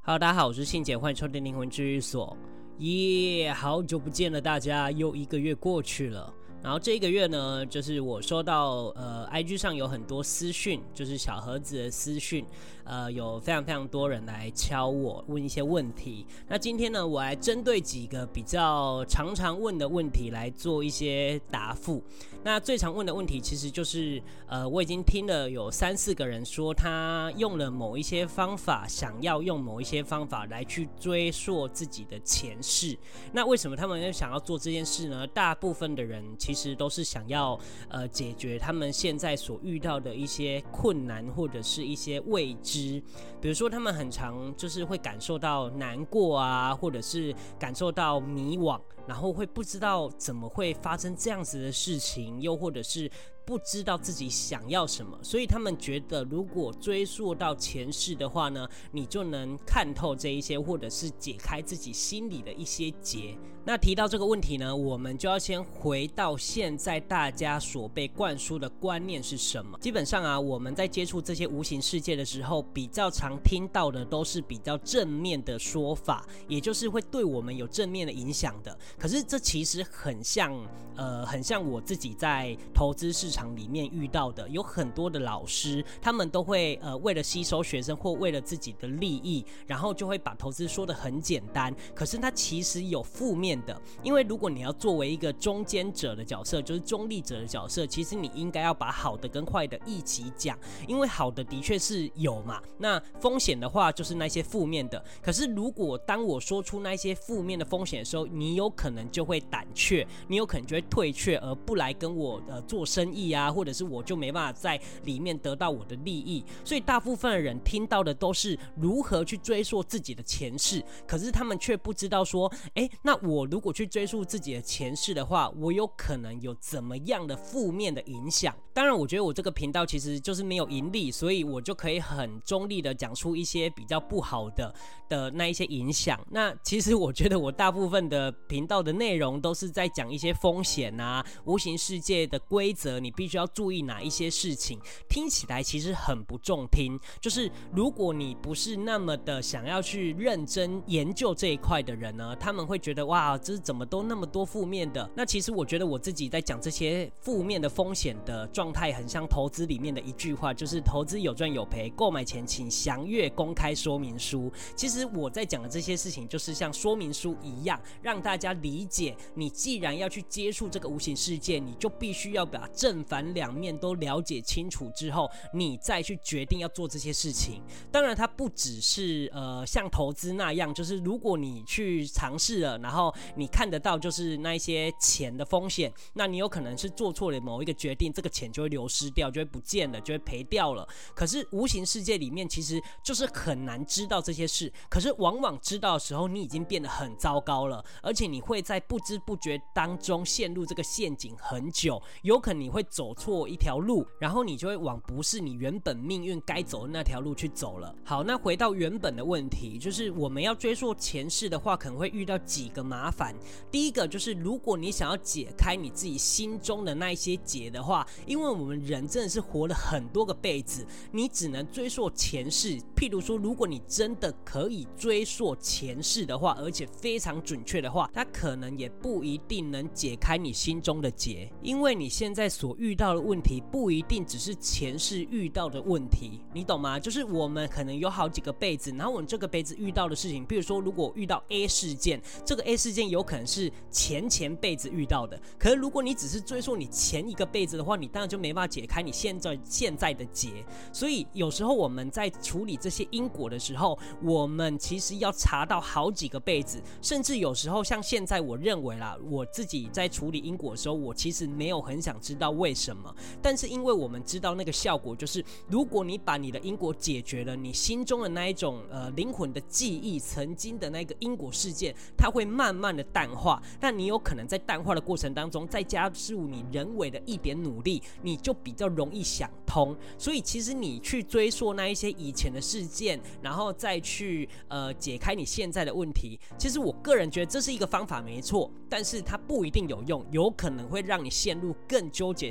Hello， 大家好，我是信姐，欢迎收听灵魂治愈所。好久不见了，大家又一个月过去了。然后这一个月呢，就是我收到IG 上有很多私讯，就是小盒子的私讯，有非常多人来敲我问一些问题。那今天呢，我来针对几个比较常问的问题来做一些答复。那最常问的问题其实就是我已经听了有3-4个人说他用了某一些方法，想要用某一些方法来去追溯自己的前世。那为什么他们想要做这件事呢？大部分的人其实都是想要解决他们现在所遇到的一些困难或者是一些未知，比如说他们很常就是会感受到难过啊，或者是感受到迷惘，然后会不知道怎么会发生这样子的事情，又或者是不知道自己想要什么，所以他们觉得如果追溯到前世的话呢，你就能看透这一些，或者是解开自己心里的一些结。那提到这个问题呢，我们就要先回到现在大家所被灌输的观念是什么。基本上啊，我们在接触这些无形世界的时候，比较常听到的都是比较正面的说法，也就是会对我们有正面的影响的。可是这其实很像我自己在投资市场里面遇到的，有很多的老师，他们都会为了吸收学生或为了自己的利益，然后就会把投资说得很简单，可是它其实有负面的。因为如果你要作为一个中间者的角色，就是中立者的角色，其实你应该要把好的跟坏的一起讲，因为好的的确是有嘛，那风险的话就是那些负面的。可是如果当我说出那些负面的风险的时候，你有可能就会胆怯，你有可能就会退却，而不来跟我做生意啊，或者是我就没办法在里面得到我的利益。所以大部分的人听到的都是如何去追溯自己的前世，可是他们却不知道说，那我如果去追溯自己的前世的话，我有可能有怎么样的负面的影响。当然我觉得我这个频道其实就是没有盈利，所以我就可以很中立的讲出一些比较不好的那一些影响。那其实我觉得我大部分的频道的内容都是在讲一些风险啊，无形世界的规则，你必须要注意哪一些事情，听起来其实很不中听。就是如果你不是那么的想要去认真研究这一块的人呢，他们会觉得哇，这怎么都那么多负面的。那其实我觉得我自己在讲这些负面的风险的状态，很像投资里面的一句话，就是投资有赚有赔，购买前请详阅公开说明书。其实我在讲的这些事情就是像说明书一样，让大家理解，你既然要去接触这个无形世界，你就必须要把正反两面都了解清楚之后，你再去决定要做这些事情。当然它不只是像投资那样，就是如果你去尝试了，然后你看得到就是那一些钱的风险，那你有可能是做错了某一个决定，这个钱就会流失掉，就会不见了，就会赔掉了。可是无形世界里面其实就是很难知道这些事，可是往往知道的时候，你已经变得很糟糕了，而且你会在不知不觉当中陷入这个陷阱很久，有可能你会走错一条路，然后你就会往不是你原本命运该走的那条路去走了。好，那回到原本的问题，就是我们要追溯前世的话，可能会遇到几个麻烦。第一个就是如果你想要解开你自己心中的那一些结的话，因为我们人真的是活了很多个辈子，你只能追溯前世。譬如说，如果你真的可以追溯前世的话，而且非常准确的话，它可能也不一定能解开你心中的结，因为你现在所遇到的问题不一定只是前世遇到的问题，你懂吗？就是我们可能有好几个辈子，然后我们这个辈子遇到的事情，比如说如果遇到 A 事件，这个 A 事件有可能是前辈子遇到的，可是如果你只是追溯你前一个辈子的话，你当然就没办法解开你现在的结。所以有时候我们在处理这些因果的时候，我们其实要查到好几个辈子，甚至有时候像现在我认为啦，我自己在处理因果的时候，我其实没有很想知道为什么，但是因为我们知道那个效果，就是如果你把你的因果解决了，你心中的那一种灵魂的记忆，曾经的那个因果事件，它会慢慢的淡化。那你有可能在淡化的过程当中，再加入你人为的一点努力，你就比较容易想通。所以其实你去追溯那一些以前的事件，然后再去解开你现在的问题，其实我个人觉得这是一个方法没错，但是它不一定有用，有可能会让你陷入更纠结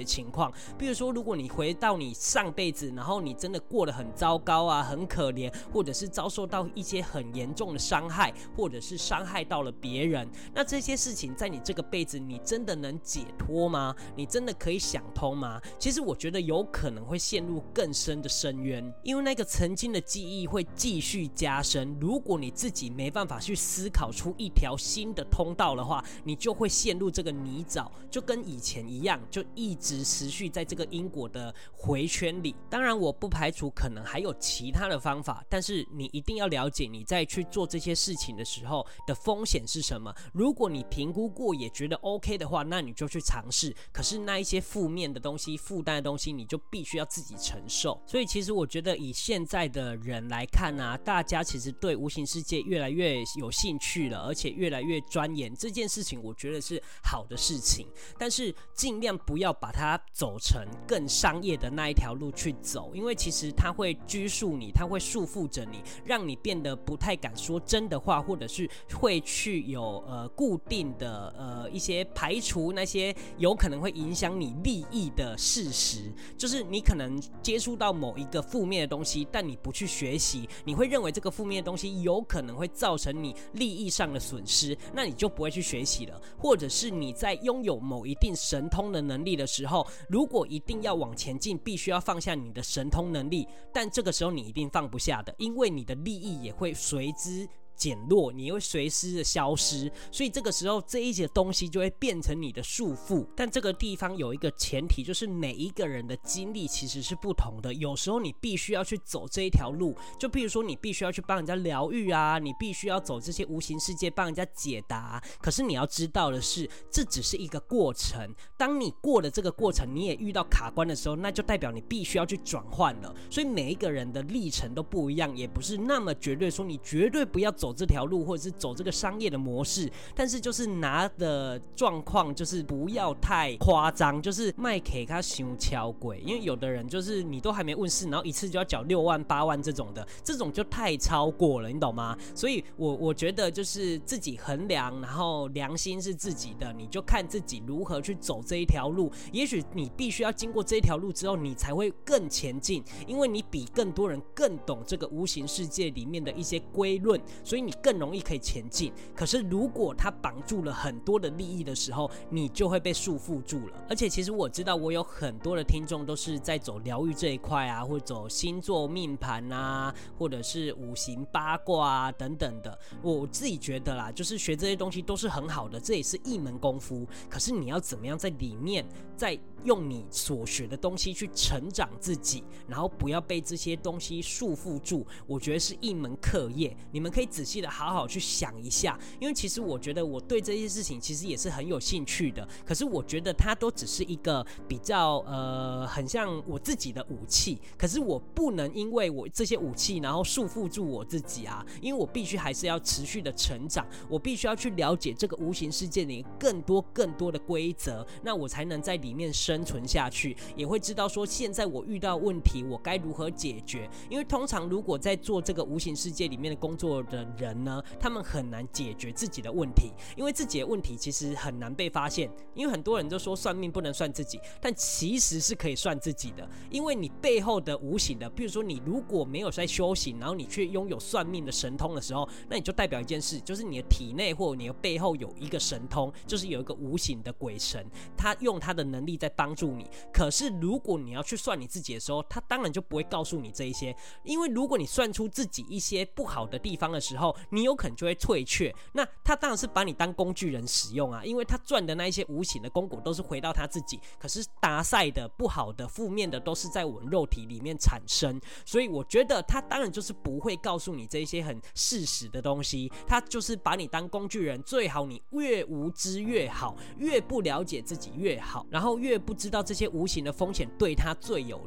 的情况。比如说，如果你回到你上辈子，然后你真的过得很糟糕啊，很可怜，或者是遭受到一些很严重的伤害，或者是伤害到了别人，那这些事情在你这个辈子，你真的能解脱吗？你真的可以想通吗？其实我觉得有可能会陷入更深的深渊，因为那个曾经的记忆会继续加深。如果你自己没办法去思考出一条新的通道的话，你就会陷入这个泥沼，就跟以前一样，就一直持续在这个因果的回圈里。当然，我不排除可能还有其他的方法，但是你一定要了解你在去做这些事情的时候的风险是什么。如果你评估过也觉得 OK 的话，那你就去尝试。可是那一些负面的东西、负担的东西，你就必须要自己承受。所以其实我觉得以现在的人来看啊，大家其实对无形世界越来越有兴趣了，而且越来越钻研这件事情，我觉得是好的事情。但是尽量不要把它走成更商业的那一条路去走，因为其实它会拘束你，它会束缚着你，让你变得不太敢说真的话，或者是会去有固定的一些排除那些有可能会影响你利益的事实。就是你可能接触到某一个负面的东西，但你不去学习，你会认为这个负面的东西有可能会造成你利益上的损失，那你就不会去学习了。或者是你在拥有某一定神通的能力的时候，如果一定要往前进，必须要放下你的神通能力，但这个时候你一定放不下的，因为你的利益也会随之减弱，你会随之的消失，所以这个时候这一些东西就会变成你的束缚。但这个地方有一个前提，就是每一个人的经历其实是不同的，有时候你必须要去走这一条路，就比如说你必须要去帮人家疗愈啊，你必须要走这些无形世界帮人家解答，可是你要知道的是，这只是一个过程，当你过了这个过程，你也遇到卡关的时候，那就代表你必须要去转换了。所以每一个人的历程都不一样，也不是那么绝对说你绝对不要走这条路，或者是走这个商业的模式，但是就是拿的状况就是不要太夸张，就是卖给他伤超贵，因为有的人就是你都还没问世，然后一次就要缴6万8万这种的，这种就太超过了，你懂吗？所以我觉得就是自己衡量，然后良心是自己的，你就看自己如何去走这一条路。也许你必须要经过这一条路之后，你才会更前进，因为你比更多人更懂这个无形世界里面的一些规论，所以你更容易可以前进。可是如果它绑住了很多的利益的时候，你就会被束缚住了。而且其实我知道我有很多的听众都是在走疗愈这一块啊，或者走星座命盘啊，或者是五行八卦啊等等的。我自己觉得啦，就是学这些东西都是很好的，这也是一门功夫。可是你要怎么样在里面再用你所学的东西去成长自己，然后不要被这些东西束缚住，我觉得是一门课业。你们可以仔细的好好去想一下，因为其实我觉得我对这些事情其实也是很有兴趣的，可是我觉得它都只是一个比较很像我自己的武器，可是我不能因为我这些武器然后束缚住我自己啊，因为我必须还是要持续的成长，我必须要去了解这个无形世界里更多的规则，那我才能在里面生存下去，也会知道说现在我遇到问题我该如何解决。因为通常如果在做这个无形世界里面的工作的人呢，他们很难解决自己的问题，因为自己的问题其实很难被发现。因为很多人都说算命不能算自己，但其实是可以算自己的，因为你背后的无形的，比如说你如果没有在修行，然后你却拥有算命的神通的时候，那你就代表一件事，就是你的体内或你的背后有一个神通，就是有一个无形的鬼神，他用他的能力在帮助你。可是如果你要去算你自己的时候，他当然就不会告诉你这一些，因为如果你算出自己一些不好的地方的时候，你有可能就会退却，那他当然是把你当工具人使用啊，因为他赚的那一些无形的功果都是回到他自己，可是达赛的不好的负面的都是在我们肉体里面产生，所以我觉得他当然就是不会告诉你这一些很事实的东西，他就是把你当工具人，最好你越无知越好，越不了解自己越好，然后越不知道这些无形的风险对他最有利。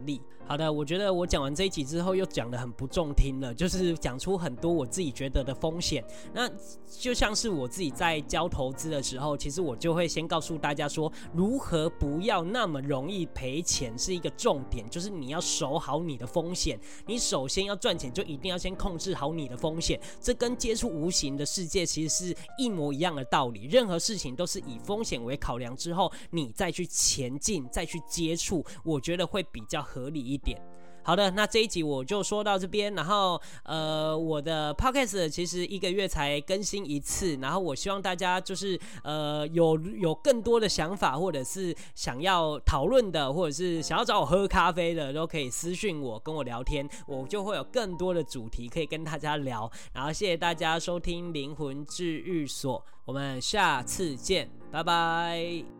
好的，我觉得我讲完这一集之后又讲得很不中听了，就是讲出很多我自己觉得的风险。那就像是我自己在教投资的时候，其实我就会先告诉大家说，如何不要那么容易赔钱是一个重点，就是你要守好你的风险。你首先要赚钱，就一定要先控制好你的风险。这跟接触无形的世界其实是一模一样的道理。任何事情都是以风险为考量之后，你再去前进，再去接触，我觉得会比较合理一点。好的，那这一集我就说到这边。然后我的 podcast 其实1个月才更新一次，然后我希望大家就是有更多的想法，或者是想要讨论的，或者是想要找我喝咖啡的，都可以私讯我跟我聊天，我就会有更多的主题可以跟大家聊。然后谢谢大家收听灵魂治愈所，我们下次见，拜拜。